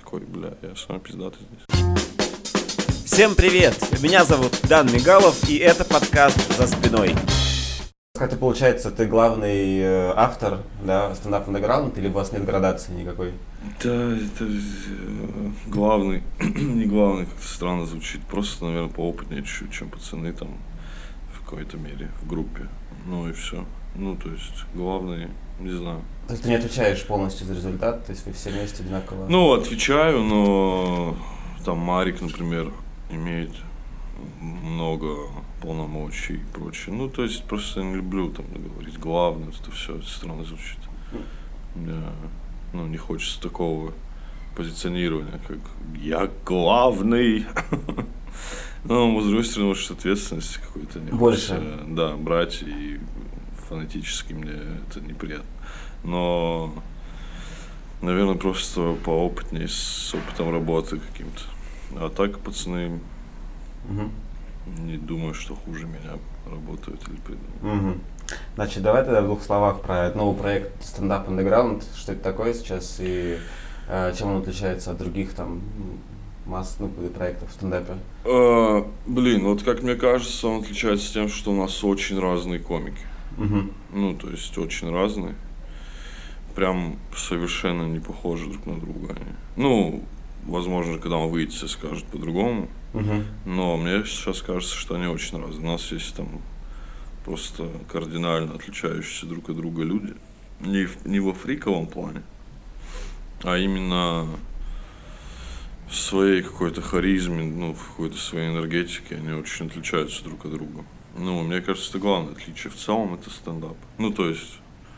такой, бля, я самый пиздатый здесь. Всем привет! Меня зовут Дан Мигалов, и это подкаст «За спиной». Как-то получается, ты главный автор, да, стендап андеграунд, или у вас нет градации никакой? Да, это главный, не главный, как-то странно звучит, просто, наверное, поопытнее чуть-чуть, чем пацаны там в какой-то мере, в группе, ну и все. Ну, то есть, главный, не знаю. То есть ты не отвечаешь полностью за результат, то есть вы все вместе одинаково? Ну, отвечаю, но там Марик, например, имеет много полномочий и прочее. Ну, то есть, просто я не люблю там говорить главное, это все странно звучит. Мне, ну, не хочется такого позиционирования, как «я главный». Ну, с другой стороны, может, ответственности какой-то не больше. Хочется, да, брать, и фанатически мне это неприятно. Но, наверное, просто поопытнее, с опытом работы каким-то. А так, пацаны, не думаю, что хуже меня работают или придумают. Значит, давай тогда в двух словах про новый проект Stand Up Underground. Что это такое сейчас и чем он отличается от других там проектов в стендапе? Блин, вот как мне кажется, он отличается тем, что у нас очень разные комики. Ну, то есть очень разные. Прям совершенно не похожи друг на друга. Ну, возможно, когда он выйдет, все скажут по-другому. Но мне сейчас кажется, что они очень разные. У нас есть там просто кардинально отличающиеся друг от друга люди. Не во фриковом плане, а именно в своей какой-то харизме, ну, в какой-то своей энергетике они очень отличаются друг от друга. Ну, мне кажется, это главное отличие в целом, это стендап. Ну, то есть,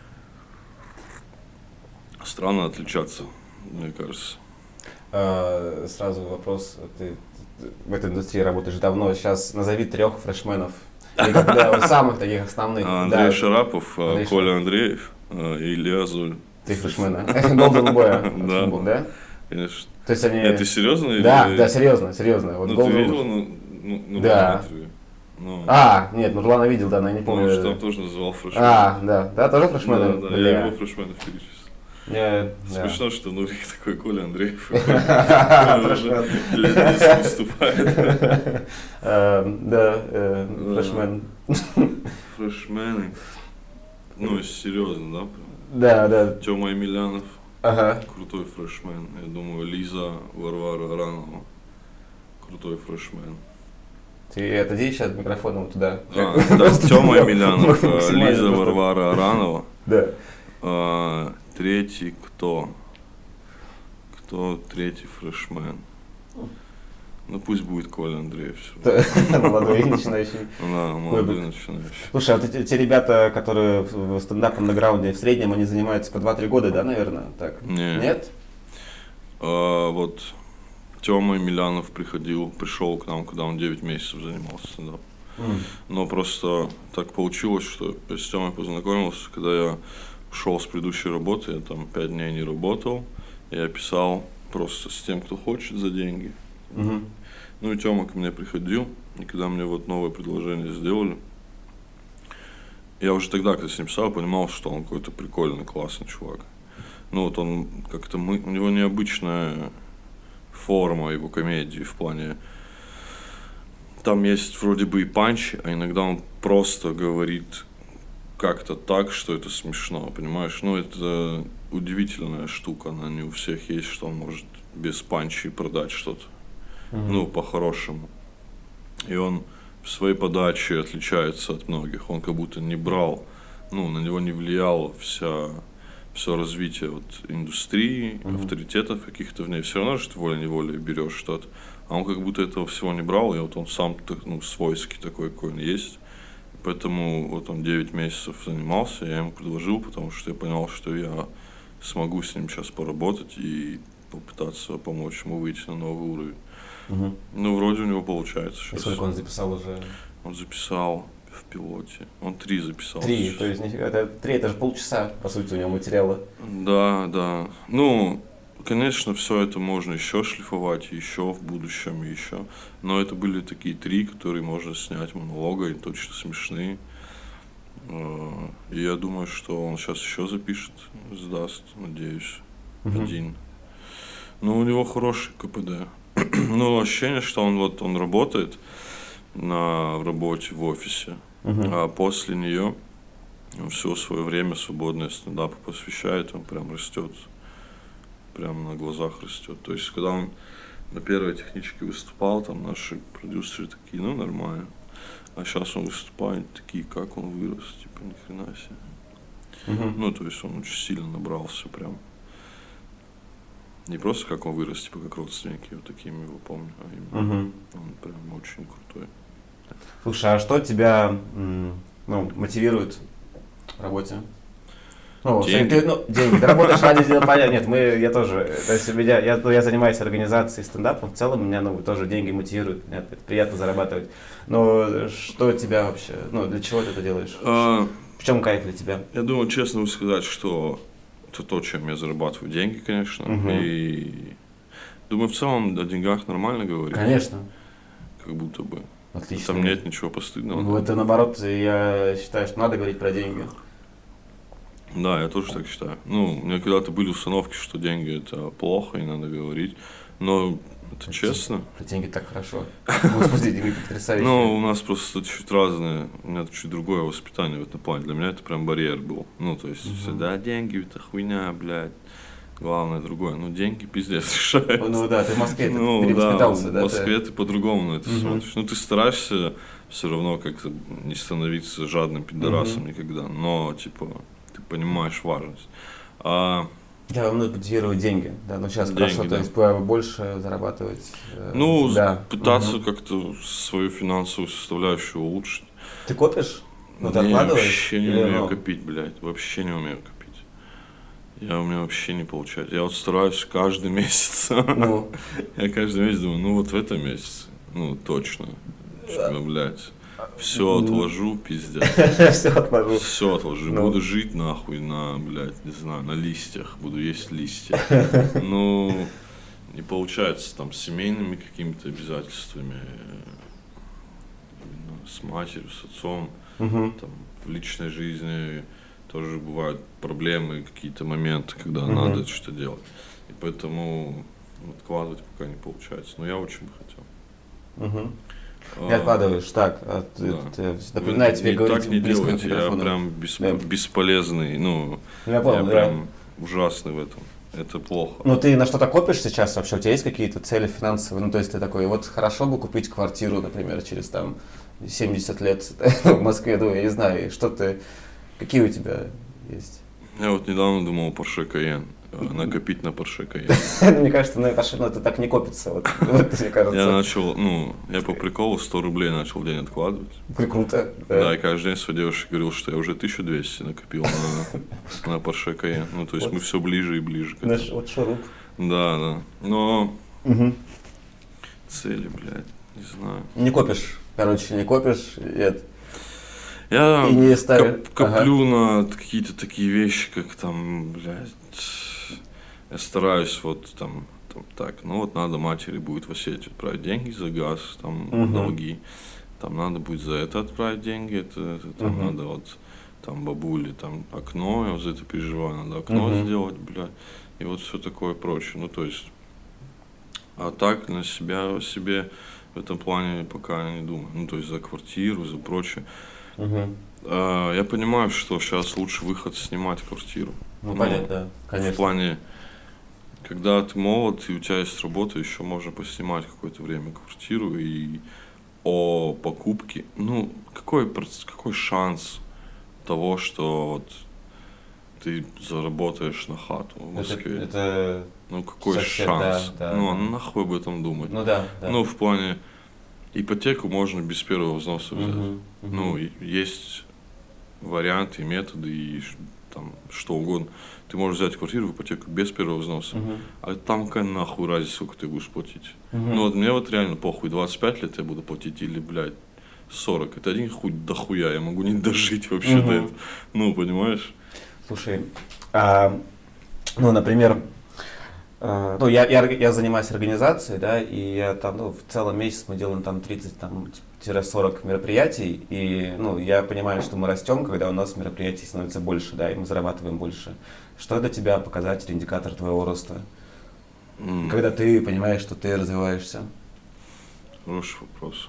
странно отличаться, мне кажется. Сразу вопрос, ты в этой индустрии работаешь давно, сейчас назови 3 фрешменов, самых таких основных. Андрей Шарапов, Коля Андреев и Илья Золь. 3 фрешмена. Golden Boy. Да, конечно. То есть они... Это серьезно? Да, серьезно. Вот ну, Golden... ты видел, да. Ну, нет, Нурлана видел, да, но я не помню. Он же там тоже называл фрешменом. Да, тоже фрешмены? Да, я его фрешменов перечислил. Смешно, что Нурик такой Коля Андреев. Выступает. Да, фрешмен. Фрешмены. Ну, серьезно, да? Да. Тёма Емельянов. Ага. Крутой фрешмен. Я думаю, Лиза Варвара Аранова. Крутой фрешмен. Ты отойди сейчас микрофоном туда. Да, Тёма Емельянов, Лиза Варвара Аранова. Да. Третий кто? Кто третий фрешмен? Ну пусть будет Коля Андреев. Молодой начинающий. Да, молодой начинающий. Слушай, а вот те ребята, которые в стендап-андеграунде в среднем, они занимаются по 2-3 года, да, наверное? Так? Нет? Вот Тёма Емельянов пришел к нам, когда он 9 месяцев занимался стендапом. Но просто так получилось, что я с Тёмой познакомился, когда я ушел с предыдущей работы, я там 5 дней не работал, я писал просто с тем, кто хочет, за деньги. Ну и Тёма ко мне приходил, и когда мне вот новое предложение сделали, я уже тогда, когда с ним писал, понимал, что он какой-то прикольный, классный чувак. Ну вот он как-то, у него необычная форма его комедии в плане, там есть вроде бы и панчи, а иногда он просто говорит как-то так, что это смешно, понимаешь? Ну, это удивительная штука, она не у всех есть, что он может без панчи продать что-то, ну, по-хорошему. И он в своей подаче отличается от многих, он как будто не брал, ну, на него не влияло все развитие вот индустрии, авторитетов каких-то в ней, все равно, что волей-неволей берешь что-то, а он как будто этого всего не брал, и вот он сам, ну, свойский такой, какой он есть. Поэтому вот он 9 месяцев занимался, я ему предложил, потому что я понял, что я смогу с ним сейчас поработать и попытаться помочь ему выйти на новый уровень. Ну, вроде у него получается сейчас. И сколько он записал уже? Он записал в пилоте. Он 3 записал. 3, сейчас. то есть 3 это же полчаса, по сути, у него материала. Да. Ну, конечно, все это можно еще шлифовать, еще в будущем, еще. Но это были такие 3, которые можно снять монологом, точно смешные. И я думаю, что он сейчас еще запишет, сдаст, надеюсь, один. Ну, у него хороший КПД. Ну, ощущение, что он работает в работе в офисе, а после нее он все свое время свободное стендапу посвящает, он прям растет, прям на глазах растет. То есть, когда он на первой техничке выступал, там наши продюсеры такие, ну, нормально. А сейчас он выступает, такие, как он вырос, типа, ни хрена себе. Ну, то есть, он очень сильно набрался прям. Не просто как он вырос, типа, как родственники, вот такими его помню, а именно он прям очень крутой. Слушай, а что тебя мотивирует в работе? Ну, деньги. Деньги. Ты работаешь ради дела, понятно. Нет, я тоже. То есть я занимаюсь организацией стендапа. В целом меня тоже деньги мотивируют. Мне это приятно зарабатывать. Но что тебя вообще? Ну, для чего ты это делаешь? В чем кайф для тебя? Я думаю, честно сказать, что это то, чем я зарабатываю деньги, конечно. И думаю, в целом о деньгах нормально говорить. Конечно. Как будто бы. Отлично. Там нет ничего постыдного. Ну, это наоборот, я считаю, что надо говорить про деньги. Да, я тоже так считаю. Ну, у меня когда-то были установки, что деньги это плохо и надо говорить. Но это честно. Про деньги так хорошо. Господи, деньги потрясающие. Ну, у нас просто чуть разные, у меня чуть другое воспитание в этом плане. Для меня это прям барьер был. Ну, то есть, да, деньги это хуйня, блядь. Главное другое. Ну, деньги пиздец решают. Ну да, ты в Москве перевоспитался, да? В Москве ты по-другому на это смотришь. Ну, ты стараешься все равно как-то не становиться жадным пидорасом никогда. Но, типа, ты понимаешь важность. Да, вам надо мотивировать деньги, да, но сейчас деньги, хорошо, да. то есть больше зарабатывать. Ну, да. пытаться как-то свою финансовую составляющую улучшить. Ты копишь? Ну, ты Я откладываешь? вообще не умею копить, блядь, вообще не умею копить. У меня вообще не получается. Я вот стараюсь каждый месяц. Ну. Я каждый месяц думаю, ну вот в этом месяце, ну точно, блядь. Все отложу, пиздец. Все отложу. Все отложу. Буду жить нахуй на, блядь, не знаю, на листьях. Буду есть листья. Ну, не получается там с семейными какими-то обязательствами, именно с матерью, с отцом, там в личной жизни тоже бывают проблемы, какие-то моменты, когда надо что-то делать. И поэтому откладывать пока не получается. Но я очень бы хотел. Не откладываешь, так, напоминаю тебе говорить так не близко к делайте, я микрофону. прям бесполезный, ну, Я понял, я прям ужасный в этом, это плохо. Ну, ты на что-то копишь сейчас вообще? У тебя есть какие-то цели финансовые? Ну, то есть ты такой, вот хорошо бы купить квартиру, например, через там 70 лет в Москве, ну, я не знаю, какие у тебя есть? Я вот недавно думал о Porsche Cayenne, накопить на Porsche Cayenne. Мне кажется, на это так не копится, вот мне кажется. Я начал, я по приколу 100 рублей начал в день откладывать. Круто. Да, и каждый день своей девушке говорил, что я уже 1200 накопил на Porsche Cayenne. Ну, то есть мы все ближе и ближе к этому. Вот шуруп. Да. Но цели, блядь, не знаю. Не копишь, не копишь, нет. Я И не ставишь. коплю на какие-то такие вещи, как там, блядь, я стараюсь вот там так, ну вот надо матери будет в Осетию отправить деньги за газ, там долги, там надо будет за это отправить деньги, это там надо вот там бабуле, там окно, я вот за это переживаю, надо окно сделать, блядь, и вот все такое прочее, ну то есть, а так на себе в этом плане пока не думаю, ну то есть за квартиру, за прочее. Я понимаю, что сейчас лучше выход снимать квартиру. Ну, понятно, да, конечно. В плане, когда ты молод и у тебя есть работа, еще можно поснимать какое-то время квартиру и о покупке. Ну, какой шанс того, что вот ты заработаешь на хату в Москве? Ну, какой шанс? Да, ну, нахуй об этом думать? Ну, да. Ну, в плане, ипотеку можно без первого взноса взять. Ну, есть варианты, методы и там что угодно. Ты можешь взять квартиру в ипотеку без первого взноса. А там какая нахуй разница, сколько ты будешь платить. Ну вот мне вот реально похуй, 25 лет я буду платить или, блядь, 40. Это один хуй дохуя, я могу не дожить вообще до этого. Ну, понимаешь? Слушай, ну, например, ну, я занимаюсь организацией, да, и я там, ну, в целом месяц мы делаем там 30-40 мероприятий, и, ну, я понимаю, что мы растем, когда у нас мероприятий становится больше, да, и мы зарабатываем больше. Что для тебя показатель, индикатор твоего роста? Когда ты понимаешь, что ты развиваешься? Хороший вопрос.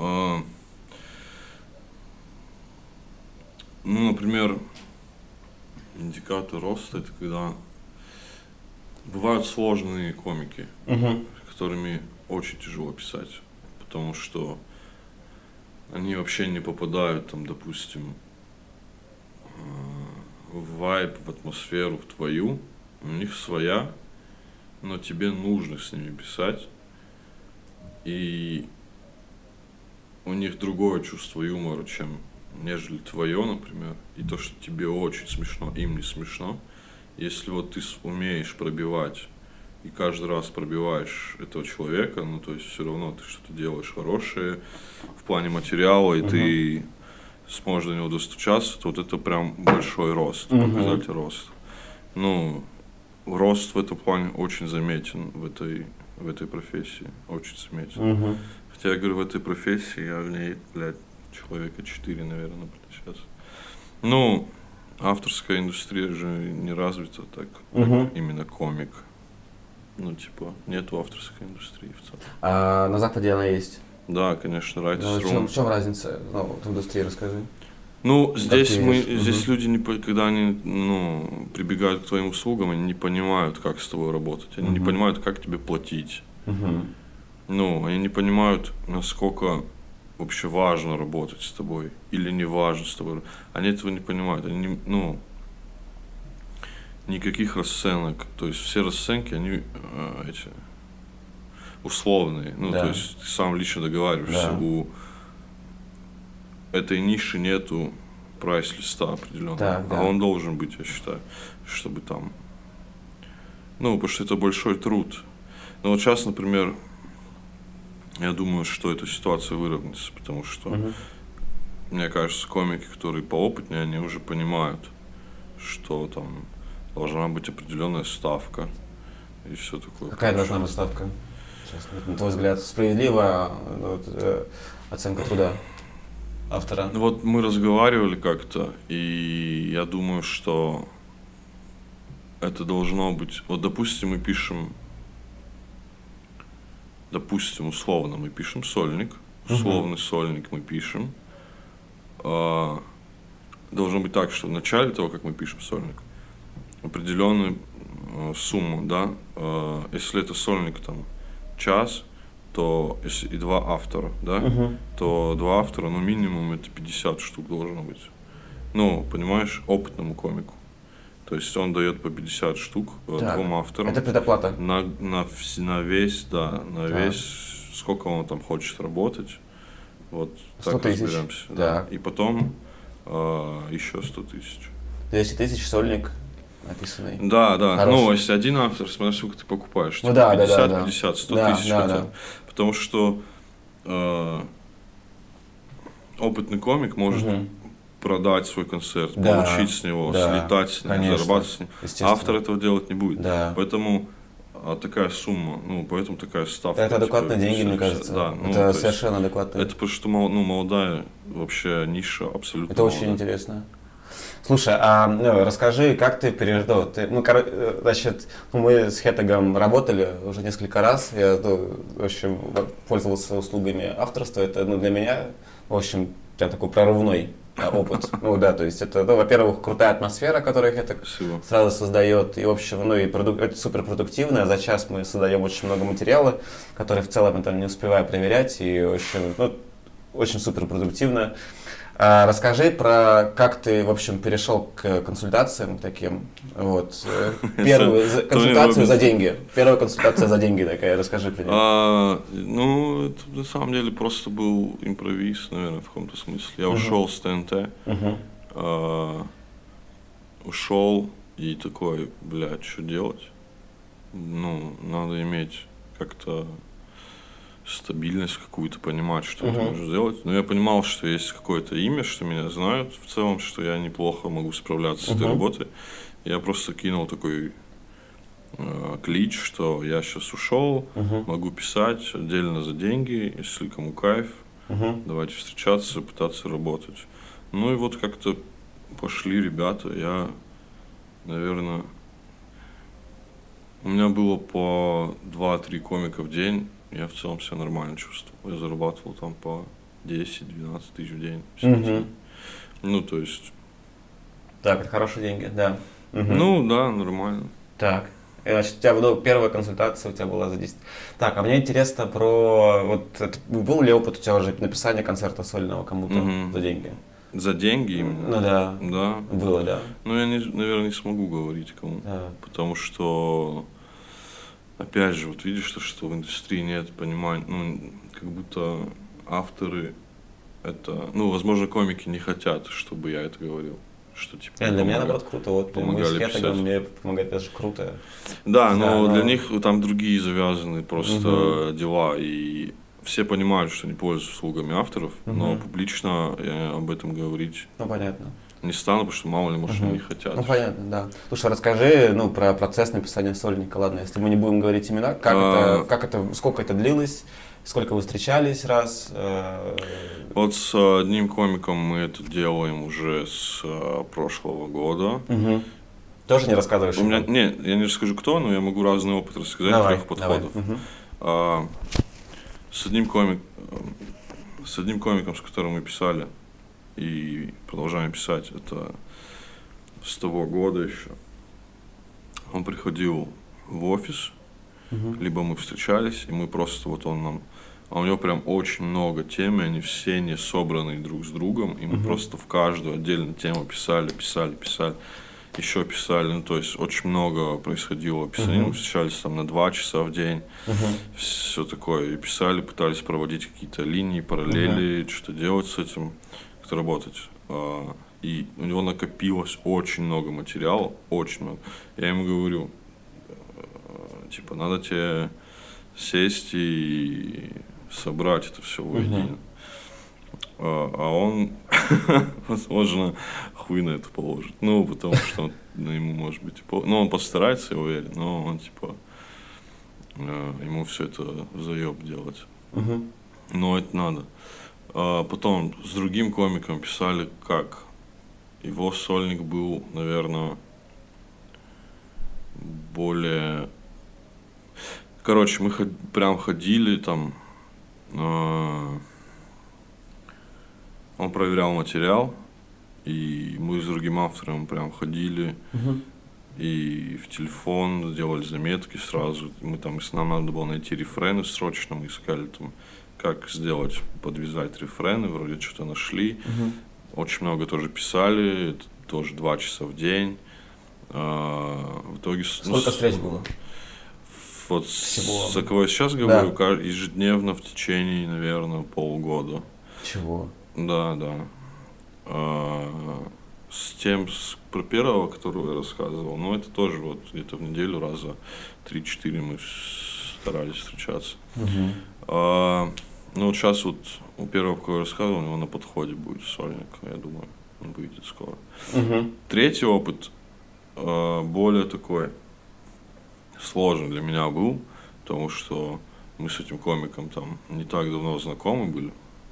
Ну, например, индикатор роста — это когда бывают сложные комики, которыми очень тяжело писать, потому что они вообще не попадают, там, допустим, в вайб, в атмосферу, в твою, у них своя, но тебе нужно с ними писать, и у них другое чувство юмора, чем нежели твое, например, и то, что тебе очень смешно, им не смешно. Если вот ты умеешь пробивать и каждый раз пробиваешь этого человека, ну, то есть все равно ты что-то делаешь хорошее в плане материала, и ты сможешь до него достучаться, то вот это прям большой рост, показатель роста. Ну, рост в этом плане очень заметен в этой профессии, очень заметен. Хотя я говорю, в этой профессии я в ней, блядь, человека 4, наверное, сейчас. Ну, авторская индустрия же не развита так, как именно комик. Ну, типа, нету авторской индустрии в целом. А на Западе она есть? Да, конечно, Writers.ru. В чем разница? Ну, в индустрии расскажи. Ну, здесь здесь люди, когда они, ну, прибегают к твоим услугам, они не понимают, как с тобой работать. Они не понимают, как тебе платить. Ну, они не понимают, насколько вообще важно работать с тобой или не важно с тобой. Они этого не понимают. Они никаких расценок. То есть все расценки, они условные. Ну, Да. то есть ты сам лично договариваешься. Да. У этой ниши нету прайс-листа определенного. Так, да. А он должен быть, я считаю, чтобы там... Ну, потому что это большой труд. Но вот сейчас, например, я думаю, что эта ситуация выровняется, потому что, мне кажется, комики, которые поопытнее, они уже понимают, что там должна быть определенная ставка и все такое. Какая должна быть ставка? Сейчас, на твой взгляд, справедливая оценка труда автора? Вот мы разговаривали как-то, и я думаю, что это должно быть... Вот, допустим, мы пишем... Допустим, условно мы пишем сольник, условный сольник мы пишем. Должно быть так, что в начале того, как мы пишем сольник, определенную сумму, да, если это сольник там час, то если и 2 автора, да, то 2 автора, ну минимум это 50 штук должно быть. Ну, понимаешь, опытному комику. То есть он дает по 50 штук 2 авторам. Это предоплата? На весь, да, весь, сколько он там хочет работать. Вот 100 так тысяч. разберемся. Да. И потом еще 100 тысяч. 200 тысяч сольник написанный. Да, да. Хороший. Ну, если один автор, смотри, сколько ты покупаешь. Ну, да, 50, да. 50, 100 Да, тысяч да, хотя бы. да. Потому что опытный комик может продать свой концерт, Да, получить с него, да, слетать с ним, конечно, зарабатывать с ним. естественно. Автор этого делать не будет. Да. Поэтому такая сумма, ну, поэтому такая ставка. Это адекватные типа, деньги, мне кажется. Да, ну, это есть, совершенно адекватно. это потому что молодая вообще ниша абсолютно. Это очень интересно. Слушай, расскажи, как ты пережил? Значит, мы с Хеттегом работали уже несколько раз. Я, в общем, пользовался услугами авторства. Это для меня, в общем, прям такой прорывной опыт. Ну да, то есть это, во-первых, крутая атмосфера, которую Хеттег сразу создает. И, в общем, это супер продуктивно. За час мы создаем очень много материала, который в целом не успеваю проверять. И, в общем, очень супер продуктивно. Расскажи про как ты, в общем, перешел к консультациям таким. Вот. Первую консультацию за деньги. Первая консультация за деньги такая. Расскажи про нее. Ну, это на самом деле просто был импровиз, наверное, в каком-то смысле. Я ушел с ТНТ. Ушел и такой, блядь, что делать? Ну, надо иметь как-то стабильность какую-то, понимать, что ты можешь сделать. Но я понимал, что есть какое-то имя, что меня знают в целом, что я неплохо могу справляться с этой работой. Я просто кинул такой клич, что я сейчас ушел, могу писать отдельно за деньги, если кому кайф, давайте встречаться, пытаться работать. Ну и вот как-то пошли ребята, я, наверное, У меня было по 2-3 комика в день, я в целом себя нормально чувствовал. Я зарабатывал там по 10-12 тысяч в день. Мгм. Ну, то есть, Так, это хорошие деньги, да. Мгм. ну, да, нормально. Так. Значит, у тебя первая консультация у тебя была за 10. Так, а мне интересно про... Вот был ли опыт у тебя уже написания концерта сольного кому-то Мгм. за деньги? За деньги именно? Ну да. Да. Было, да. Ну, я, наверное, не смогу говорить кому. Да. Потому что, опять же, вот видишь, что в индустрии нет понимания, ну, как будто авторы это, ну, возможно, комики не хотят, чтобы я это говорил, что типа Для меня, помогают. наоборот, круто. Вот мы помогали с Хетагом, писать. мне помогает, это же круто. Да, Да, но но- для них там другие завязаны просто дела, и все понимают, что не пользуются услугами авторов, но Мгм. публично я об этом говорить Ну, понятно. не стану, потому что мало ли, может, они хотят. Ну, понятно, да. Слушай, расскажи, ну, про процесс написания сольника, ладно, если мы не будем говорить имена, как это, сколько это длилось, сколько вы встречались раз? Вот с одним комиком мы это делаем уже с прошлого года. Мгм. Тоже не рассказываешь? У меня, ему? не, я не расскажу кто, но я могу разный опыт рассказать Давай, трех подходов. давай. Мгм. А, с одним комиком, с которым мы писали и продолжаем писать, это с того года еще. Он приходил в офис, либо мы встречались, и мы просто вот он нам. А у него прям очень много тем, и они все не собраны друг с другом, и мы просто в каждую отдельную тему писали. Еще писали, ну, то есть очень много происходило писания, мы встречались там на 2 часа в день, все такое, и писали, пытались проводить какие-то линии, параллели, что делать с этим, как работать. И у него накопилось очень много материала, очень много. Я ему говорю, типа, надо тебе сесть и собрать это все воедино. А он, возможно, хуй на это положит. Ну, потому что ну, ему может быть... Ну, он постарается, я уверен, но он, типа, ему все это заеб делать. Но это надо. Потом с другим комиком писали как? Его сольник был, наверное, более... Короче, мы прям ходили там... Он проверял материал, и мы с другим автором прям ходили и в телефон делали заметки сразу. Мы там, если нам надо было найти рефрены срочно, мы искали там, как сделать, подвязать рефрены, вроде что-то нашли. Очень много тоже писали, это тоже 2 часа в день. В итоге... Сколько встреч было? Вот Всего. за кого я сейчас говорю, ежедневно в течение, наверное, полгода. Чего? Да. Про первого, которого я рассказывал, ну это тоже вот где-то в неделю раза 3-4 мы старались встречаться. Ну вот сейчас вот у первого, кого я рассказывал, у него на подходе будет сольник, я думаю, он выйдет скоро. Третий опыт более такой сложный для меня был, потому что мы с этим комиком там не так давно знакомы были.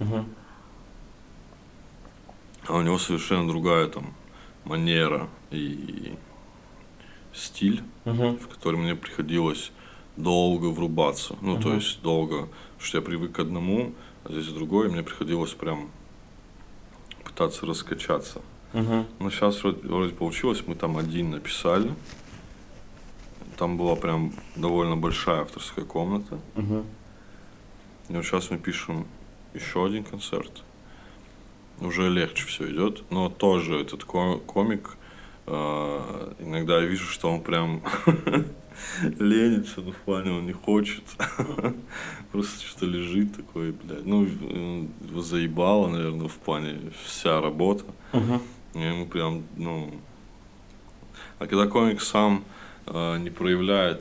А у него совершенно другая там манера и стиль, в который мне приходилось долго врубаться. Ну, то есть долго, потому что я привык к одному, а здесь другой, и мне приходилось прям пытаться раскачаться. Но сейчас вроде получилось, мы там один написали. Там была прям довольно большая авторская комната. И вот сейчас мы пишем еще один концерт. Уже легче все идет, но тоже этот комик, иногда я вижу, что он прям ленится, ну в плане он не хочет, просто что-то лежит такой, блядь, ну его заебало, наверное, в плане вся работа, и ему прям, ну, а когда комик сам не проявляет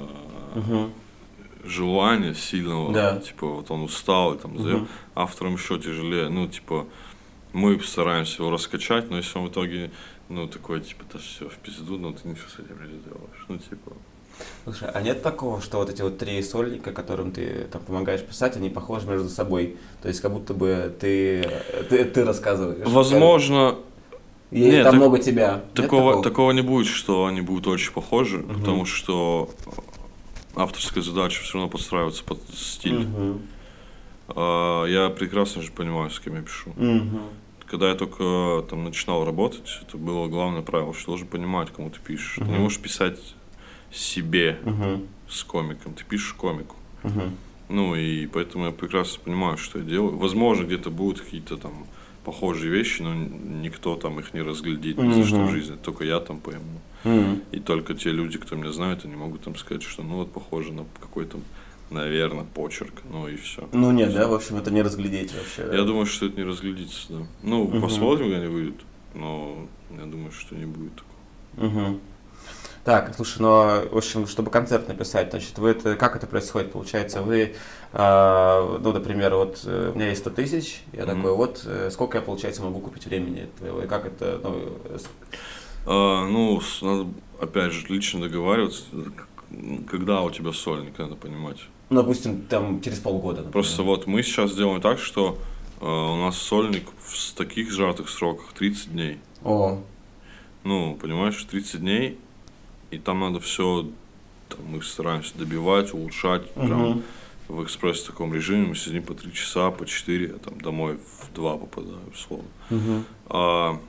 желания сильного, типа вот он устал и там заеб, авторам еще тяжелее, ну типа мы стараемся его раскачать, но если он в итоге, ну, такой, типа, да все, в пизду, но ты ничего с этим не сделаешь, ну, типа. Слушай, а нет такого, что вот эти вот 3 сольника, которым ты там помогаешь писать, они похожи между собой? То есть, как будто бы ты рассказываешь. Возможно, И Нет, там так- много тебя. Нет Такого не будет, что они будут очень похожи, потому что авторская задача все равно подстраиваться под стиль. Мгм. Я прекрасно же понимаю, с кем я пишу. Мгм. Когда я только там начинал работать, это было главное правило, что ты должен понимать, кому ты пишешь. Ты не можешь писать себе Мгм. с комиком, ты пишешь комику. Мгм. Ну и поэтому я прекрасно понимаю, что я делаю. Возможно, где-то будут какие-то там похожие вещи, но никто там их не разглядит ни за что в жизни, только я там пойму. Мгм. И только те люди, кто меня знают, они могут там сказать, что ну вот похоже на какой-то, наверное, почерк, ну и все. Ну нет, да, в общем, это не разглядеть вообще. Я думаю, что это не разглядится, да. Ну, посмотрим, как они выйдут, но я думаю, что не будет такого. Мгм. Так, слушай, ну, в общем, чтобы концерт написать, значит, вы это, как это происходит? Получается, вы, ну, например, вот у меня есть 100 тысяч, я такой, вот, сколько я, получается, могу купить времени твоего, и как это, ну, Ну, надо, опять же, лично договариваться, когда у тебя сольник, надо понимать. ну, допустим, там через полгода, например. Просто вот мы сейчас делаем так, что у нас сольник в таких сжатых сроках 30 дней. О, Ну, понимаешь, 30 дней, и там надо все, мы стараемся добивать, улучшать, прям в экспресс таком режиме, мы сидим по 3 часа, по 4, я там домой в 2 попадаю, условно. А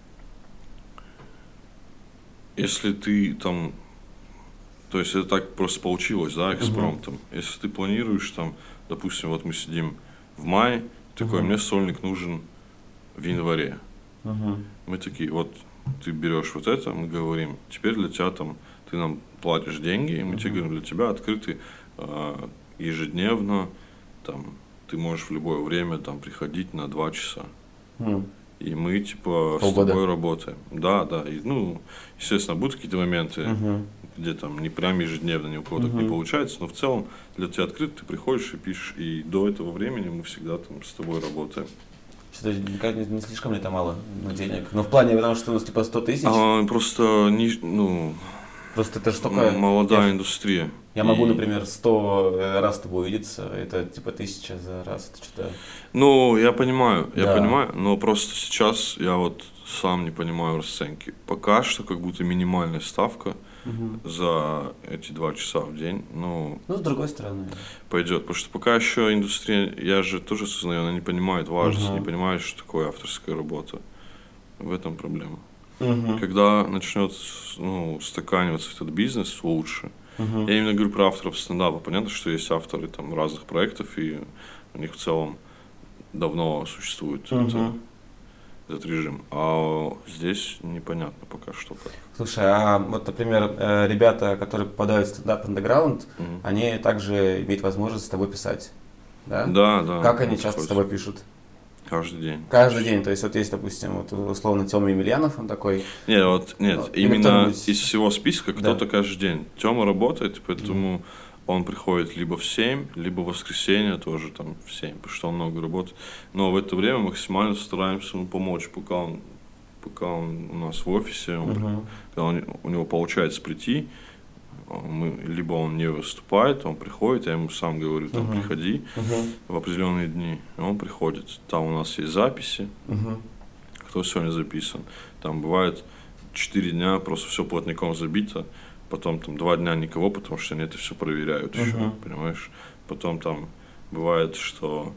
если ты там, то есть это так просто получилось, да, экспромтом. Если ты планируешь там, допустим, вот мы сидим в мае, такой, мне сольник нужен в январе. Мы такие, вот ты берешь вот это, мы говорим, теперь для тебя там, ты нам платишь деньги, и мы тебе говорим, для тебя открыты ежедневно, там, ты можешь в любое время там приходить на 2 часа. И мы, типа, Полгода. с тобой работаем. Да, да. И, ну, естественно, будут какие-то моменты, где там не прям ежедневно ни у кого так не получается, но в целом для тебя открыто, ты приходишь и пишешь, и до этого времени мы всегда там с тобой работаем. что-то не слишком ли это мало денег? Ну, в плане, потому что у нас, типа, 100 тысяч, Просто, ну, просто это же только... молодая индустрия. Я могу, И- например, 100 раз с тобой увидеться, это типа 1000 за раз, это что-то... Ну, я понимаю, Да. но просто сейчас я вот сам не понимаю расценки. Пока что как будто минимальная ставка за эти 2 часа в день, ну, Ну, с другой стороны. пойдет. Потому что пока еще индустрия, я же тоже осознаю, она не понимает важности, не понимает, что такое авторская работа. В этом проблема. Когда начнет, ну, устаканиваться этот бизнес лучше, я именно говорю про авторов стендапа. Понятно, что есть авторы там разных проектов, и у них в целом давно существует этот режим. А здесь непонятно пока что как. Слушай, а вот, например, ребята, которые попадают в стендап андеграунд, они также имеют возможность с тобой писать, да? Да, да. Как они часто происходит. с тобой пишут? Каждый день. Каждый день. То есть вот есть, допустим, вот условно Тёма Емельянов, он такой. Нет, Или именно кто-нибудь- из всего списка Да. кто-то каждый день. Тёма работает, поэтому он приходит либо в 7, либо в воскресенье тоже там в 7, потому что он много работает. Но в это время максимально стараемся ему помочь, пока он у нас в офисе, когда у него получается прийти, либо он не выступает, он приходит, я ему сам говорю, там, приходи в определенные дни, и он приходит. Там у нас есть записи, кто сегодня записан. Там бывает 4 дня просто все плотником забито, потом там 2 дня никого, потому что они это все проверяют еще, понимаешь? Потом там бывает, что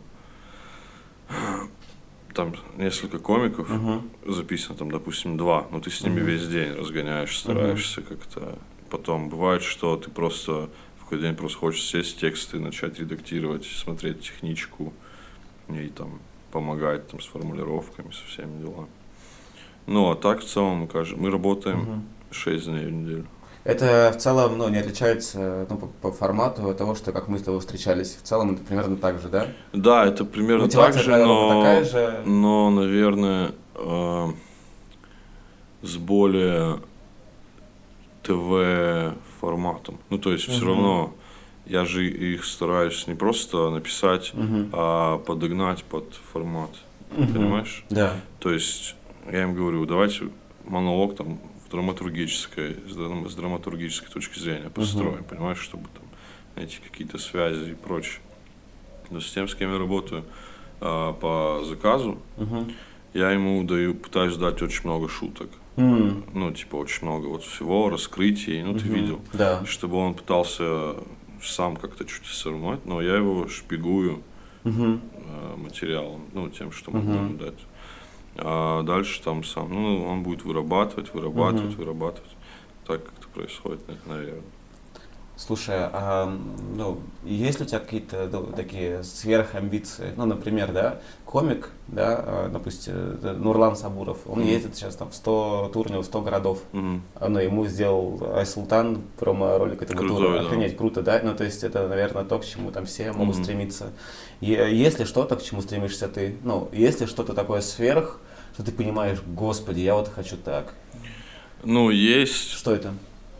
там несколько комиков записано, там, допустим, 2, но ты с ними весь день разгоняешь, стараешься как-то. Потом бывает, что ты просто в какой-то день просто хочешь сесть, тексты начать редактировать, смотреть техничку и там помогать там с формулировками, со всеми делами. Ну, а так в целом мы работаем 6 дней в неделю. Это в целом, ну, не отличается, ну, по формату того, что как мы с тобой встречались. В целом это примерно так же, да? Да, это примерно так Мотивация же, твоя такая же. но, наверное, с более ТВ форматом. Ну, то есть все равно я же их стараюсь не просто написать, а подогнать под формат. Понимаешь? Да. То есть я им говорю, давайте монолог там с драматургической точки зрения построим, понимаешь, чтобы там найти какие-то связи и прочее. Но с тем, с кем я работаю по заказу, я ему пытаюсь дать очень много шуток. Ну, типа, очень много вот всего, раскрытий, ну, ты видел. Да. Чтобы он пытался сам как-то чуть сформировать, но я его шпигую материалом, ну, тем, что могу ему дать. А дальше там сам, ну, он будет вырабатывать. Так как-то происходит, наверное. Слушай, ну, есть ли у тебя какие-то такие сверхамбиции? Ну, например, да, комик, да, допустим, Нурлан Сабуров, он ездит сейчас там в 100 турнев, в 100 городов. Ну, ему сделал Айсултан промо-ролик этого тура. Охренеть, круто, да? Ну, то есть это, наверное, то, к чему там все могут стремиться. Есть ли что-то, к чему стремишься ты? Ну, есть ли что-то такое сверх, что ты понимаешь, господи, я вот хочу так? Ну, есть. Что это?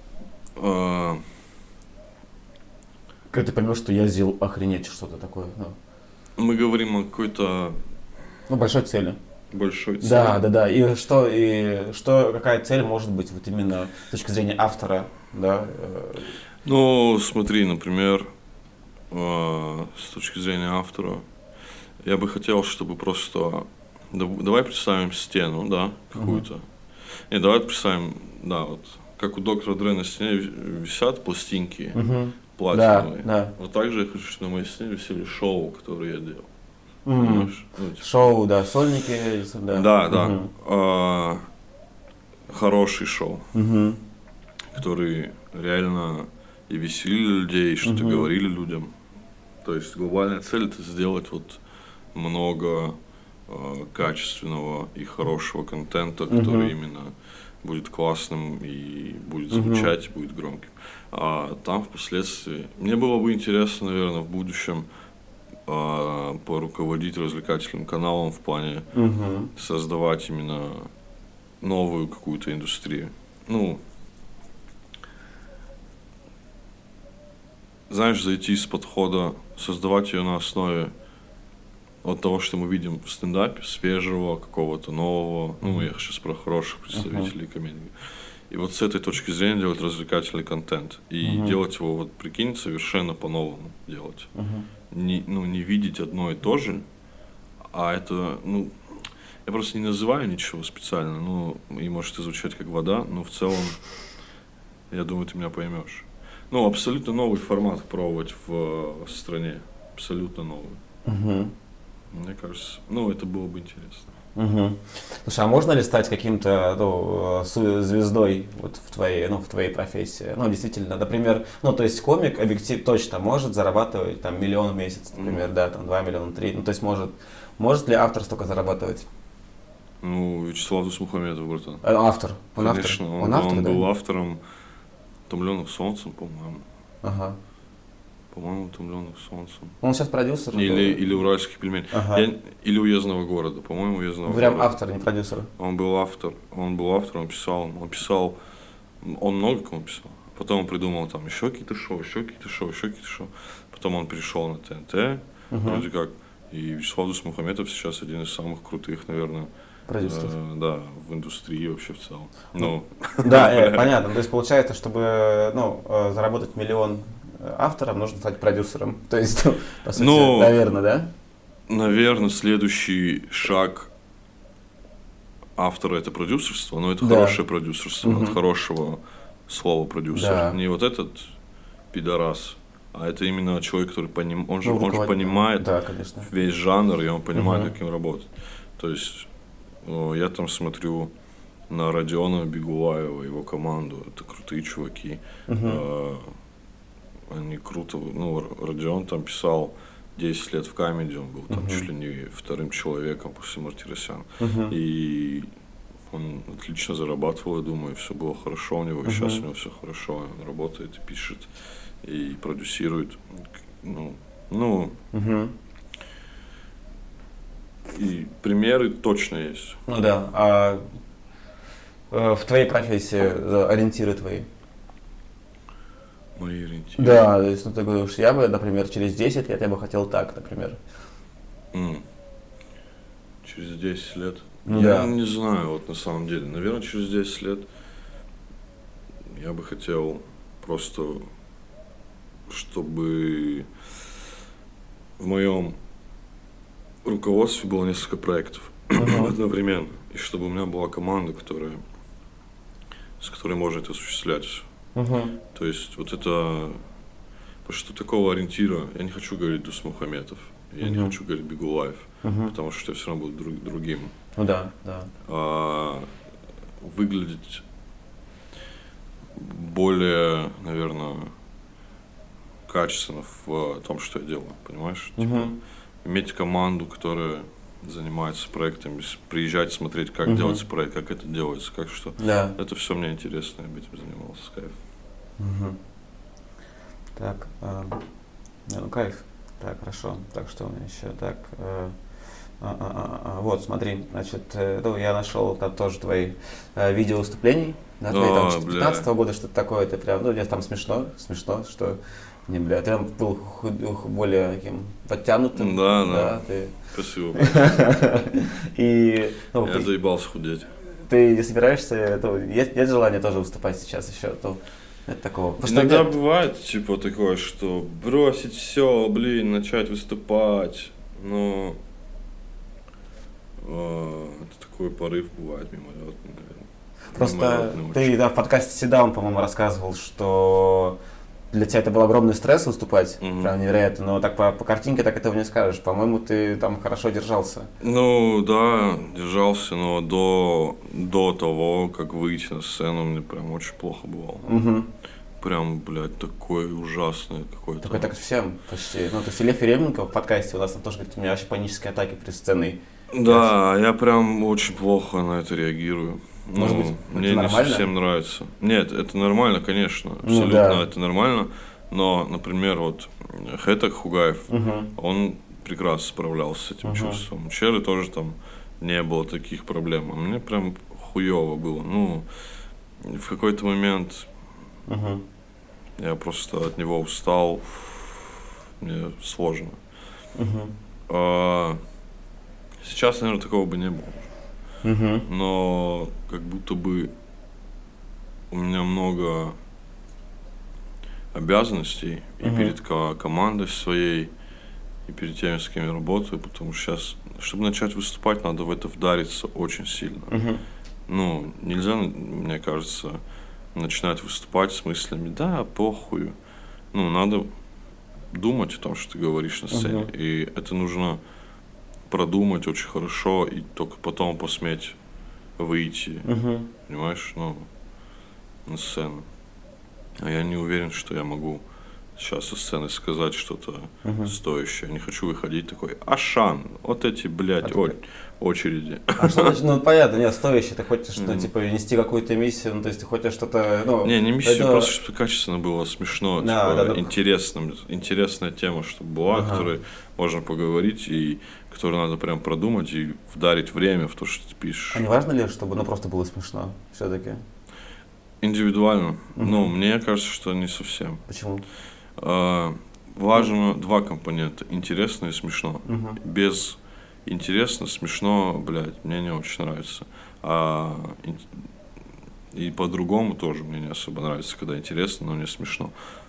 Когда ты поймешь, что я сделал охренеть что-то такое. Ну. Мы говорим о какой-то... Ну, большой цели. Большой цели. Да. И что, какая цель может быть вот именно с точки зрения автора, да? Ну, смотри, например, с точки зрения автора, я бы хотел, чтобы просто... Давай представим стену, да, какую-то. Нет, давай представим, да, вот, как у доктора Дре на стене висят пластинки. Платиновые. Да. Вот так же я хочу, чтобы на моей сцене висели шоу, которые я делал. Понимаешь? Ну, типа... Шоу, да, сольники. Да. Хороший шоу, которые реально и веселили людей, и что-то говорили людям. То есть глобальная цель — это сделать вот много качественного и хорошего контента, который именно будет классным и будет звучать, будет громким. А там впоследствии... Мне было бы интересно, наверное, в будущем поруководить развлекательным каналом в плане создавать именно новую какую-то индустрию. Ну, знаешь, зайти с подхода, создавать ее на основе от того, что мы видим в стендапе, свежего, какого-то нового, ну, я сейчас про хороших представителей комедии. И вот с этой точки зрения делать развлекательный контент. И делать его, вот прикинь, совершенно по-новому делать. Не видеть одно и то же, а это, ну, я просто не называю ничего специально, ну, и может это звучать как вода, но в целом, я думаю, ты меня поймешь. Ну, абсолютно новый формат пробовать в стране, абсолютно новый. Мне кажется, ну, это было бы интересно. Слушай, а можно ли стать каким-то звездой вот в твоей профессии? Ну, действительно, например, ну, то есть комик объектив точно может зарабатывать там 1 миллион в месяц, например, да, там 2 миллиона, 3. Ну, то есть может ли автор столько зарабатывать? Ну, Вячеслав Дусмухаметов, братан. Автор? Конечно, он автор, он да? был автором «Утомленных солнцем», по-моему. Ага. По-моему, «Утомленных солнцем». Он сейчас продюсер? Или «Уральских пельменей». Или «Уездного города», по-моему, «Уездного города». Прям автор, не продюсер? Он был автор, он писал, он много кому писал. Потом он придумал там еще какие-то шоу. Потом он перешел на ТНТ, вроде как. И Вячеслав Дусмухаметов сейчас один из самых крутых, наверное, продюсеров. Да, в индустрии вообще в целом. Ну. Да, понятно. То есть получается, чтобы заработать 1 миллион автором, нужно стать продюсером. То есть, по сути, наверное, да? Наверное, следующий шаг автора — это продюсерство, но это хорошее продюсерство, от хорошего слова продюсер. Да. Не вот этот пидорас, а это именно человек, который он же понимает весь жанр, и он понимает, как им работать. То есть я там смотрю на Родиона Бегулаева, его команду, это крутые чуваки. Они круто, ну, Родион там писал 10 лет в Камеди, он был там чуть ли не 2-м человеком после Мартиросяна. И он отлично зарабатывал, я думаю, все было хорошо у него, и сейчас у него все хорошо, он работает, и пишет, и продюсирует. Ну, и примеры точно есть. Ну да, а в твоей профессии ориентиры твои? Мои ориентиры? Да, то есть, ну, ты говоришь, я бы, например, через 10 лет я бы хотел так, например. Через 10 лет? Ну, я не знаю, вот на самом деле. Наверное, через 10 лет я бы хотел просто, чтобы в моем руководстве было несколько проектов. одновременно. И чтобы у меня была команда, с которой можно это осуществлять. То есть вот это... Потому что такого ориентира... Я не хочу говорить Дусмухаметов, я не хочу говорить Бигулаев, потому что я все равно буду другим. Ну да, да. Выглядеть более, наверное, качественно в том, что я делаю, понимаешь? Типа, иметь команду, которая занимается проектами, приезжать, смотреть, как делается проект, как это делается, как что. Да. Это все мне интересно, я бы этим занимался, кайф. Так, ну кайф. Так, хорошо. Так, что у меня еще? Так, вот, смотри, значит, ну, я нашел там тоже твои видео выступлений, да, твои там 2015 года, что-то такое, ты прям, ну, мне там смешно, что, не, бля, ты там был более таким подтянутым. Да. Ты... Спасибо. И, ну, я заебался худеть. Ты не собираешься, ну, есть желание тоже выступать сейчас еще, ну, нет такого. Иногда бывает, типа, такое, что бросить все, начать выступать, но это такой порыв бывает мимолетный, наверное. Просто ты, да, в подкасте Седаун, по-моему, рассказывал, что для тебя это был огромный стресс выступать, прям невероятно, но так по картинке так этого не скажешь. По-моему, ты там хорошо держался. Ну, да, держался, но до того, как выйти на сцену, мне прям очень плохо бывало. Прям, блядь, такой ужасный какой-то. Так это всем почти. Ну, то есть Лев Еременко в подкасте у нас там тоже говорит, у меня вообще панические атаки перед сценой. Да, я прям очень плохо на это реагирую. Может быть, мне это не нормально? совсем нравится. Нет, это нормально, конечно, абсолютно это нормально. Но, например, вот Хэтак Хугаев, он прекрасно справлялся с этим чувством. Вчера тоже там не было таких проблем. А мне прям хуёво было. Ну, в какой-то момент я просто от него устал. Мне сложно. Сейчас, наверное, такого бы не было. Но как будто бы у меня много обязанностей и перед командой своей, и перед теми, с кем я работаю, потому что сейчас, чтобы начать выступать, надо в это вдариться очень сильно. Ну, нельзя, мне кажется, начинать выступать с мыслями, да, похуй. Ну, надо думать о том, что ты говоришь на сцене, и это нужно продумать очень хорошо и только потом посметь выйти, понимаешь, ну, на сцену. А я не уверен, что я могу сейчас со сцены сказать что-то стоящее. Я не хочу выходить такой, Ашан, вот эти, блядь, очереди. А что значит, ну, понятно, нет, стоящее, ты хочешь, ну, типа, нести какую-то миссию, ну, то есть ты хочешь что-то, ну... Не миссию, просто чтобы качественно было, смешно, типа, интересная тема, чтобы была, о которой можно поговорить, и которую надо прям продумать и вдарить время в то, что ты пишешь. А не важно ли, чтобы, ну, просто было смешно, все-таки? Индивидуально. Ну, мне кажется, что не совсем. Почему? Важно два компонента, интересно и смешно. Без интересно, смешно, блядь, мне не очень нравится. И по-другому тоже мне не особо нравится, когда интересно, но не смешно.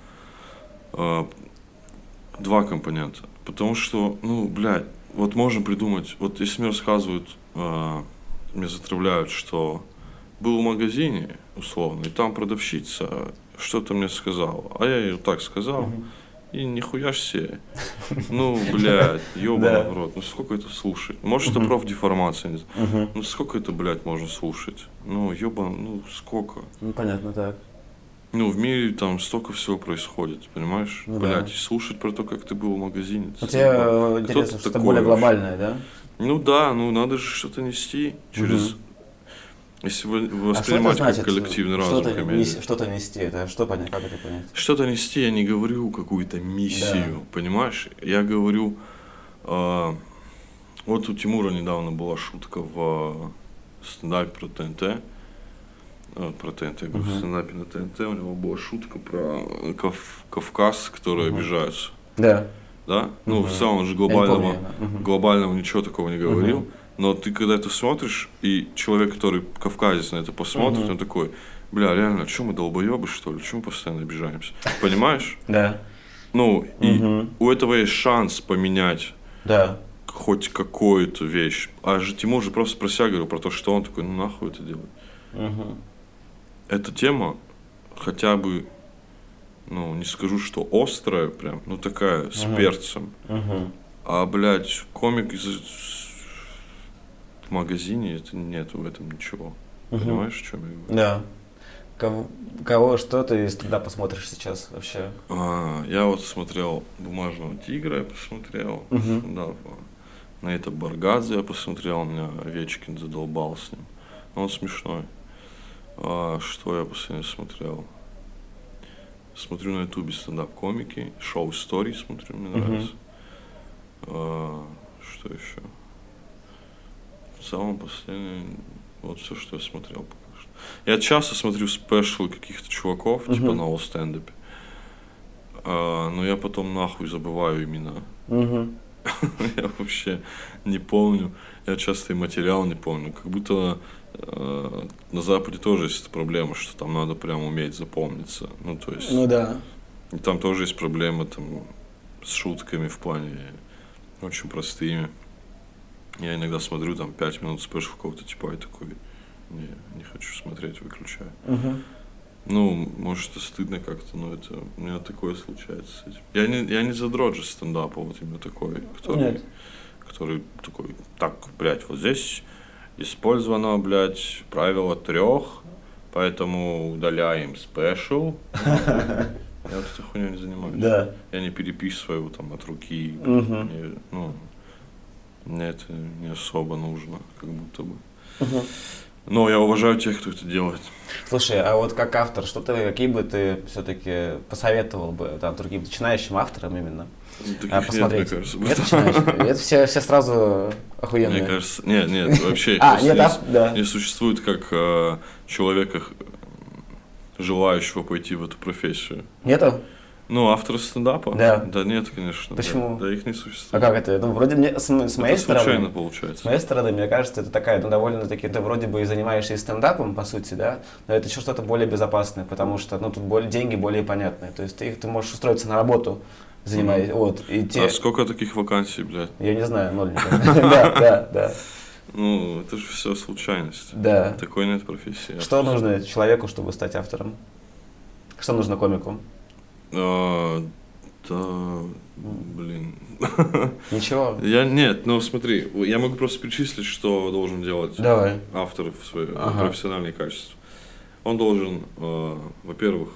Два компонента. Потому что, ну, блядь, вот можно придумать, вот если мне рассказывают, мне затравляют, что был в магазине, условно, и там продавщица что-то мне сказала, а я ей так сказал, и нихуя ж себе. Ну, блядь, ёбаный в рот, ну сколько это слушать? Может, это профдеформация, не знаю. Ну, сколько это, блядь, можно слушать? Ну, ёбан, ну, сколько? Ну, понятно, так. Ну, в мире там столько всего происходит, понимаешь? Ну, блядь, да. и слушать про то, как ты был в магазине. У тебя интересно, что-то более глобальное, да? Ну да, ну надо же что-то нести через... Если воспринимать как коллективный разум комедию. Что-то нести, это что понять, как это понять? Что-то нести, я не говорю какую-то миссию, понимаешь? Я говорю... вот у Тимура недавно была шутка в стендапе про ТНТ. Про ТНТ, я говорю, в стендапе на ТНТ у него была шутка про Кавказ, которые обижаются. Да. Да? Ну, в целом он же глобального ничего такого не говорил. Но ты когда это смотришь, и человек, который кавказец на это посмотрит, он такой, бля, реально, что мы долбоебы, что ли? Чего мы постоянно обижаемся? Понимаешь? Да. Ну, и у этого есть шанс поменять хоть какую-то вещь. А же Тимур же просто про себя говорил, про то, что он такой, ну нахуй это делает. Мгм. Эта тема хотя бы, ну, не скажу, что острая прям, ну такая, с перцем. Мгм. А, блядь, комик в магазине, это нет в этом ничего. Понимаешь, о чем я говорю? Да. Кого, что ты из стендапа посмотришь сейчас вообще? Я вот смотрел «Бумажного тигра», я посмотрел, стендапа. На это Баргадзе я посмотрел, меня Овечкин задолбал с ним. Он смешной. Что я последнее смотрел? Смотрю на ютубе стендап-комики, шоу «Стори» смотрю, мне нравится. Что еще? В целом последнее, вот все, что я смотрел пока что. Я часто смотрю спешлы каких-то чуваков, типа на All стендапе. Но я потом нахуй забываю имена. Я вообще не помню. Я часто и материал не помню. Как будто на Западе тоже есть эта проблема, что там надо прям уметь запомниться. Ну, то есть... Ну да. И там тоже есть проблемы там, с шутками в плане очень простыми. Я иногда смотрю там 5 минут спешл какого-то типа и такой, не хочу смотреть, выключаю. Ну, может, это стыдно как-то, но это у меня такое случается с этим. Я не задрот же стендапа, вот именно такой, который такой, так, блядь, вот здесь использовано, блядь, правило 3, поэтому удаляем спешл. Я вот этой хуйней не занимаюсь. Да. Я не переписываю там от руки. Мне это не особо нужно, как будто бы. Но я уважаю тех, кто это делает. Слушай, а вот как автор, какие бы ты все-таки посоветовал бы там другим начинающим авторам именно посмотреть? Нет, мне кажется. Нет начинающих? Это все сразу охуенные. Мне кажется, нет, вообще не существует как человека, желающего пойти в эту профессию. Нету? Ну, автора стендапа? Да. Да нет, конечно. Почему? Да их не существует. А как это? Ну, вроде мне, с моей Это стороны... случайно получается. С моей стороны, мне кажется, это такая, довольно-таки, ты вроде бы и занимаешься и стендапом, по сути, да, но это еще что-то более безопасное, потому что, тут деньги более понятные. То есть ты можешь устроиться на работу, занимаясь, А сколько таких вакансий, блядь? Я не знаю, 0. Да. Ну, это же все случайность. Да. Такой нет профессии. Что нужно человеку, чтобы стать автором? Что нужно комику? Да, блин. Ничего? Нет, ну смотри, я могу просто перечислить, что должен делать Давай. автор в свои профессиональные качества. Он должен, во-первых,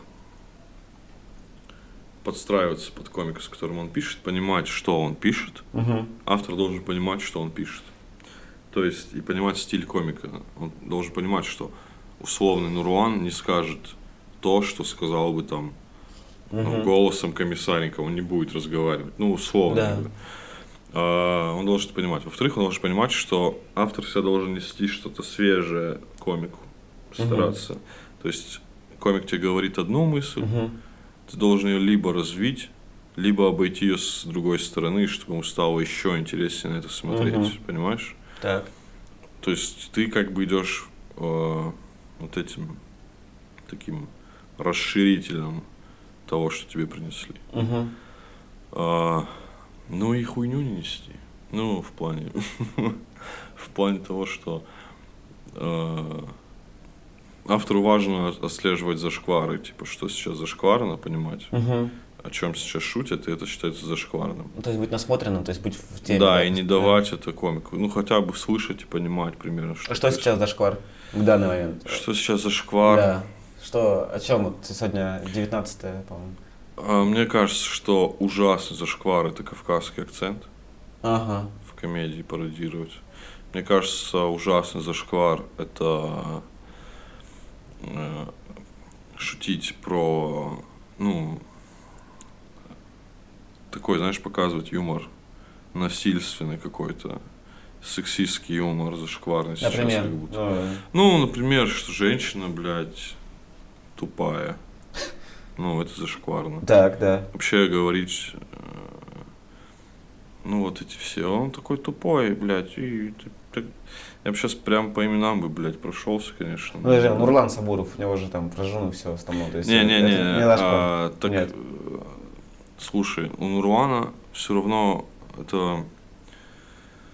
подстраиваться под комика, с которым он пишет, понимать, что он пишет. Автор должен понимать, что он пишет. То есть и понимать стиль комика. Он должен понимать, что условный Нуруан не скажет то, что сказал бы там голосом Комиссаренко, он не будет разговаривать, ну, условно. Да. Он должен это понимать. Во-вторых, он должен понимать, что автор всегда должен нести что-то свежее комику, стараться. То есть комик тебе говорит одну мысль, ты должен ее либо развить, либо обойти ее с другой стороны, чтобы ему стало еще интереснее на это смотреть, понимаешь? Так. То есть ты как бы идешь вот этим таким расширителем того, что тебе принесли. Ну и хуйню не нести. Ну, в плане того, что автору важно отслеживать зашквары, типа, что сейчас зашкварно, понимать, о чем сейчас шутят, и это считается зашкварным. То есть быть насмотренным, то есть быть в теме. Да, и не давать это комику. Ну, хотя бы слышать и понимать примерно, что. А что сейчас зашквар в данный момент? Что сейчас зашквар? Да. О чем вот сегодня 19-е, по-моему? Мне кажется, что ужасный зашквар — это кавказский акцент. В комедии пародировать. Мне кажется, ужасный зашквар — это шутить про, такой, знаешь, показывать юмор насильственный какой-то, сексистский юмор, зашкварный сейчас. Например? Как будто. Например, что женщина, блядь, тупая. Это зашкварно. Так, да. Вообще говорить, вот эти все, он такой тупой, блядь, и я бы сейчас прям по именам бы, блядь, прошелся, конечно. Подожди, Нурлан Сабуров, у него же там про жену все остальное. Нет. Слушай, у Нурлана все равно это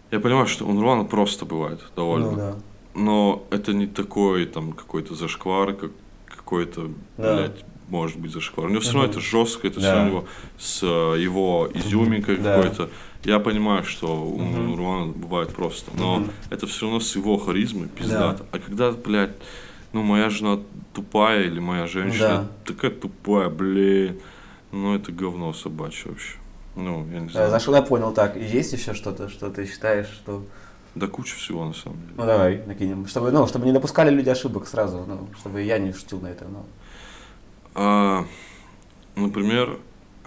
Я понимаю, что у Нурлана просто бывает довольно. Ну, да. Но это не такой там какой-то зашквар, как какой-то, Да. блядь, может быть зашквар. У него все равно это жестко, это Да. все равно с его изюминкой Да. какой-то. Я понимаю, что у Нурлана бывает просто, но это все равно с его харизмой пиздато. А когда, блядь, ну моя жена тупая или моя женщина такая тупая, блин, ну это говно собачье вообще. Ну, я не знаю. За что я понял, так, и есть еще что-то, что ты считаешь, что... Да куча всего на самом деле. Ну давай, накинем. Чтобы не допускали люди ошибок сразу, ну, чтобы я не шутил на это. Ну. Например,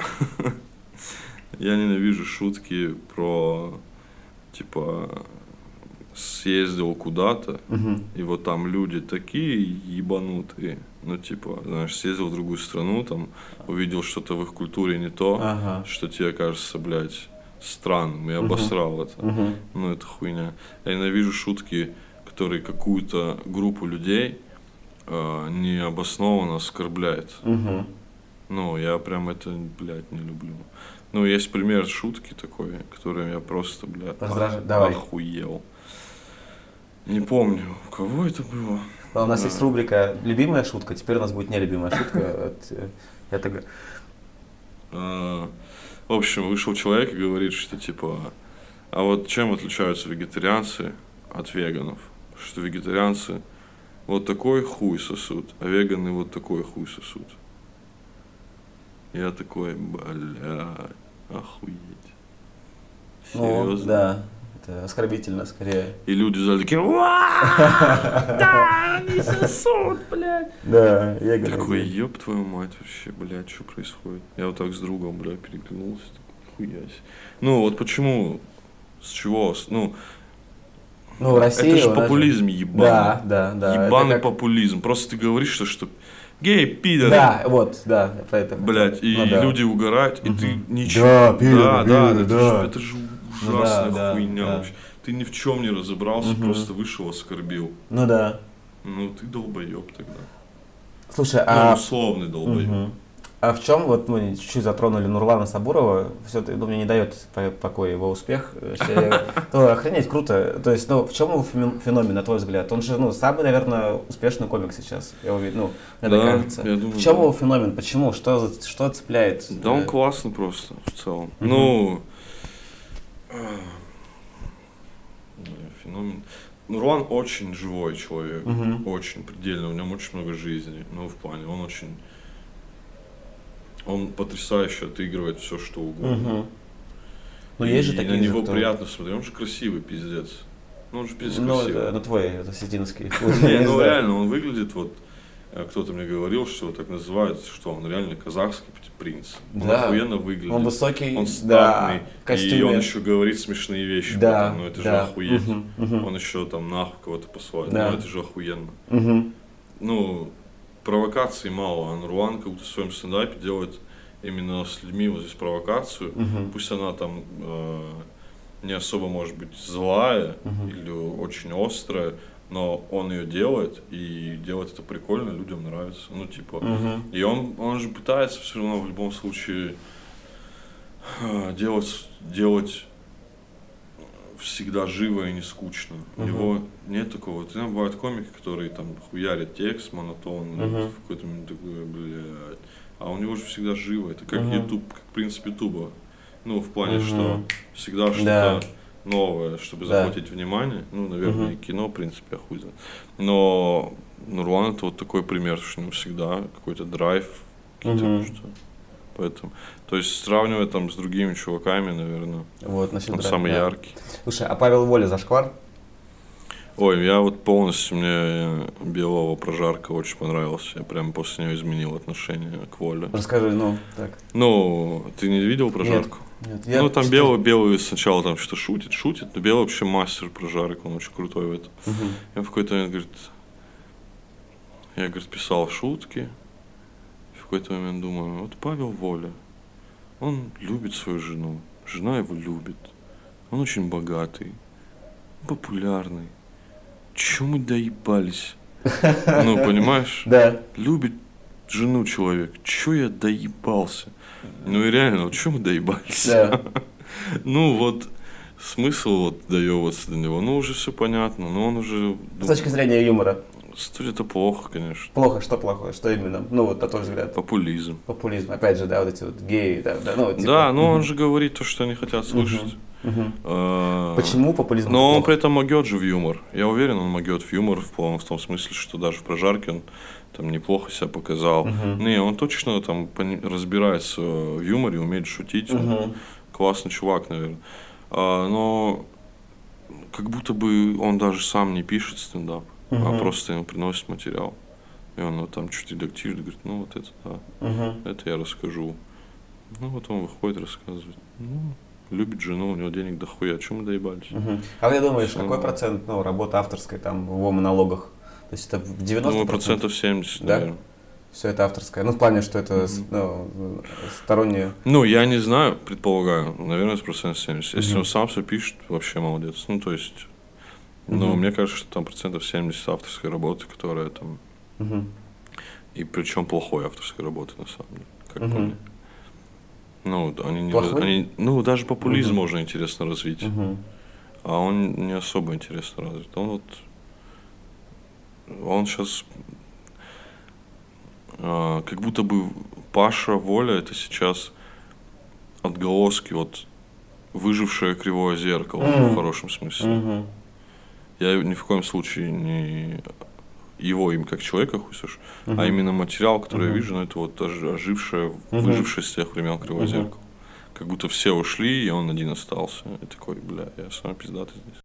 я ненавижу шутки про, типа, съездил куда-то, и вот там люди такие ебанутые. Ну, типа, знаешь, съездил в другую страну, там, увидел что-то в их культуре не то, что тебе кажется, блядь, странным, и обосрал это. Ну, это хуйня. Я ненавижу шутки, которые какую-то группу людей необоснованно оскорбляют. Ну, я прям это, блядь, не люблю. Ну, есть пример шутки такой, который я просто, блядь, охуел. Не помню, у кого это было. У нас есть рубрика «Любимая шутка», теперь у нас будет нелюбимая шутка от этого. В общем, вышел человек и говорит, что типа, а вот чем отличаются вегетарианцы от веганов? Что вегетарианцы вот такой хуй сосут, а веганы вот такой хуй сосут. Я такой, блядь, охуеть. Серьезно? Ну, да, это оскорбительно скорее. И люди в зале такие, да, они сосут, блядь. Да, я говорю. Такой, ёб твою мать вообще, блядь, что происходит? Я вот так с другом, блядь, переглянулся, такой, хуясь. Ну, вот почему, с чего, ну, Россия, это же популизм ебаный. Да. Ебаный популизм. Просто ты говоришь, что гей, пидоры. Да, вот, да, про это. Блядь, и люди угорают, и ты ничего. Да, пидоры, это же ужасная хуйня вообще. Ты ни в чем не разобрался, просто вышел, оскорбил. Ну да. Ну ты долбоеб тогда. Слушай, условный долбоеб. А в чем, вот мы чуть-чуть затронули Нурлана Сабурова, все это мне не дает покоя его успех. Охренеть, круто. То есть, в чем его феномен, на твой взгляд? Он же, самый, наверное, успешный комик сейчас, я уверен, мне так кажется. В чем его феномен? Почему? Что цепляет? Да он классный просто, в целом. Ну, феномен. Нурлан очень живой человек, очень предельно, в нем очень много жизни. Ну, в плане, он потрясающе отыгрывает все, что угодно. Ну, есть же такие, на него приятно смотреть, он же красивый, пиздец. Ну, он же пиздец красивый. Ну, твой, это Сетинский. Не, ну реально, он выглядит вот, кто-то мне говорил, что его так называют, что он реально казахский принц. Он охуенно выглядит. Он высокий, он статный, костюме. И он еще говорит смешные вещи. Да, ну это же охуеть. Он еще там нахуй кого-то посылает. Ну это же охуенно. Ну, провокаций мало, а Нурлан как-то в своем стендапе делает именно с людьми вот здесь провокацию. Пусть она там не особо может быть злая или очень острая, но он ее делает, и делает это прикольно, людям нравится. Ну, типа, и он же пытается все равно в любом случае делать всегда живо и не скучно. У него нет такого. Вот иногда бывают комики, которые там хуярят текст монотонный, в какой-то момент такой, блядь. А у него же всегда живо. Это как YouTube, как принцип Ютуба. Ну, в плане, что всегда что-то новое, чтобы захватить внимание. Ну, наверное, и кино, в принципе, хуй знает. Но Нурлан это вот такой пример, что у него всегда какой-то драйв, какие-то что. Поэтому, то есть, сравнивая там с другими чуваками, наверное, вот, он самый яркий. Слушай, а Павел Воля зашквар? Ой, я вот полностью, мне Белого прожарка очень понравился. Я прям после нее изменил отношение к Воле. Расскажи, так. Ну, ты не видел прожарку? Нет. Ну, там Белый сначала там что-то шутит, но Белый вообще мастер прожарок, он очень крутой в этом. И он в какой-то момент говорит, я, писал шутки, и в какой-то момент думаю, вот Павел Воля, он любит свою жену, жена его любит, он очень богатый, популярный. Чё мы доебались? Ну, понимаешь? Да. Любит жену человек. Чё я доебался? Ну и реально, вот чё мы доебались? Да. Ну вот, смысл вот доебываться до него. Ну, уже все понятно, но он уже... С точки зрения юмора. Это плохо, конечно. Плохо, что плохое? Что именно? Ну, вот, на твой взгляд. Популизм. Популизм. Опять же, да, вот эти вот геи, да, ну, вот, типа. Да, но он же говорит то, что они хотят слышать. Почему популизм? Но он плохо? при этом могет же в юмор. Я уверен, он могет в юмор в том смысле, что даже в прожарке он там неплохо себя показал. Не, он точно там разбирается в юморе, умеет шутить. Он классный чувак, наверное. Но как будто бы он даже сам не пишет стендап, а просто ему приносит материал. И он вот там чуть редактирует, говорит, ну вот это да, это я расскажу. Ну вот он выходит, рассказывает. Ну, любит жену, у него денег дохуя, чем мы доебались? А ты думаешь, какой процент работы авторской там в его монологах? То есть это в 90%? Думаю, 70%, да? наверное. Все это авторское. Ну, в плане, что это сторонние. Ну, я не знаю, предполагаю. Наверное, это 70%. Если он сам все пишет, вообще молодец. Ну, то есть, ну, мне кажется, что там 70% авторской работы, которая там. И причем плохой авторской работы, на самом деле. Как по мне. Ну, ну, даже популизм можно интересно развить. А он не особо интересно развит. Он сейчас как будто бы Паша Воля это сейчас отголоски вот выжившее кривое зеркало в хорошем смысле. Я ни в коем случае не его им как человека хуйсыш, а именно материал, который я вижу, ну это вот ожившее, выжившее с тех времен кривое зеркало. Как будто все ушли, и он один остался. И такой, бля, я самый пиздатый здесь.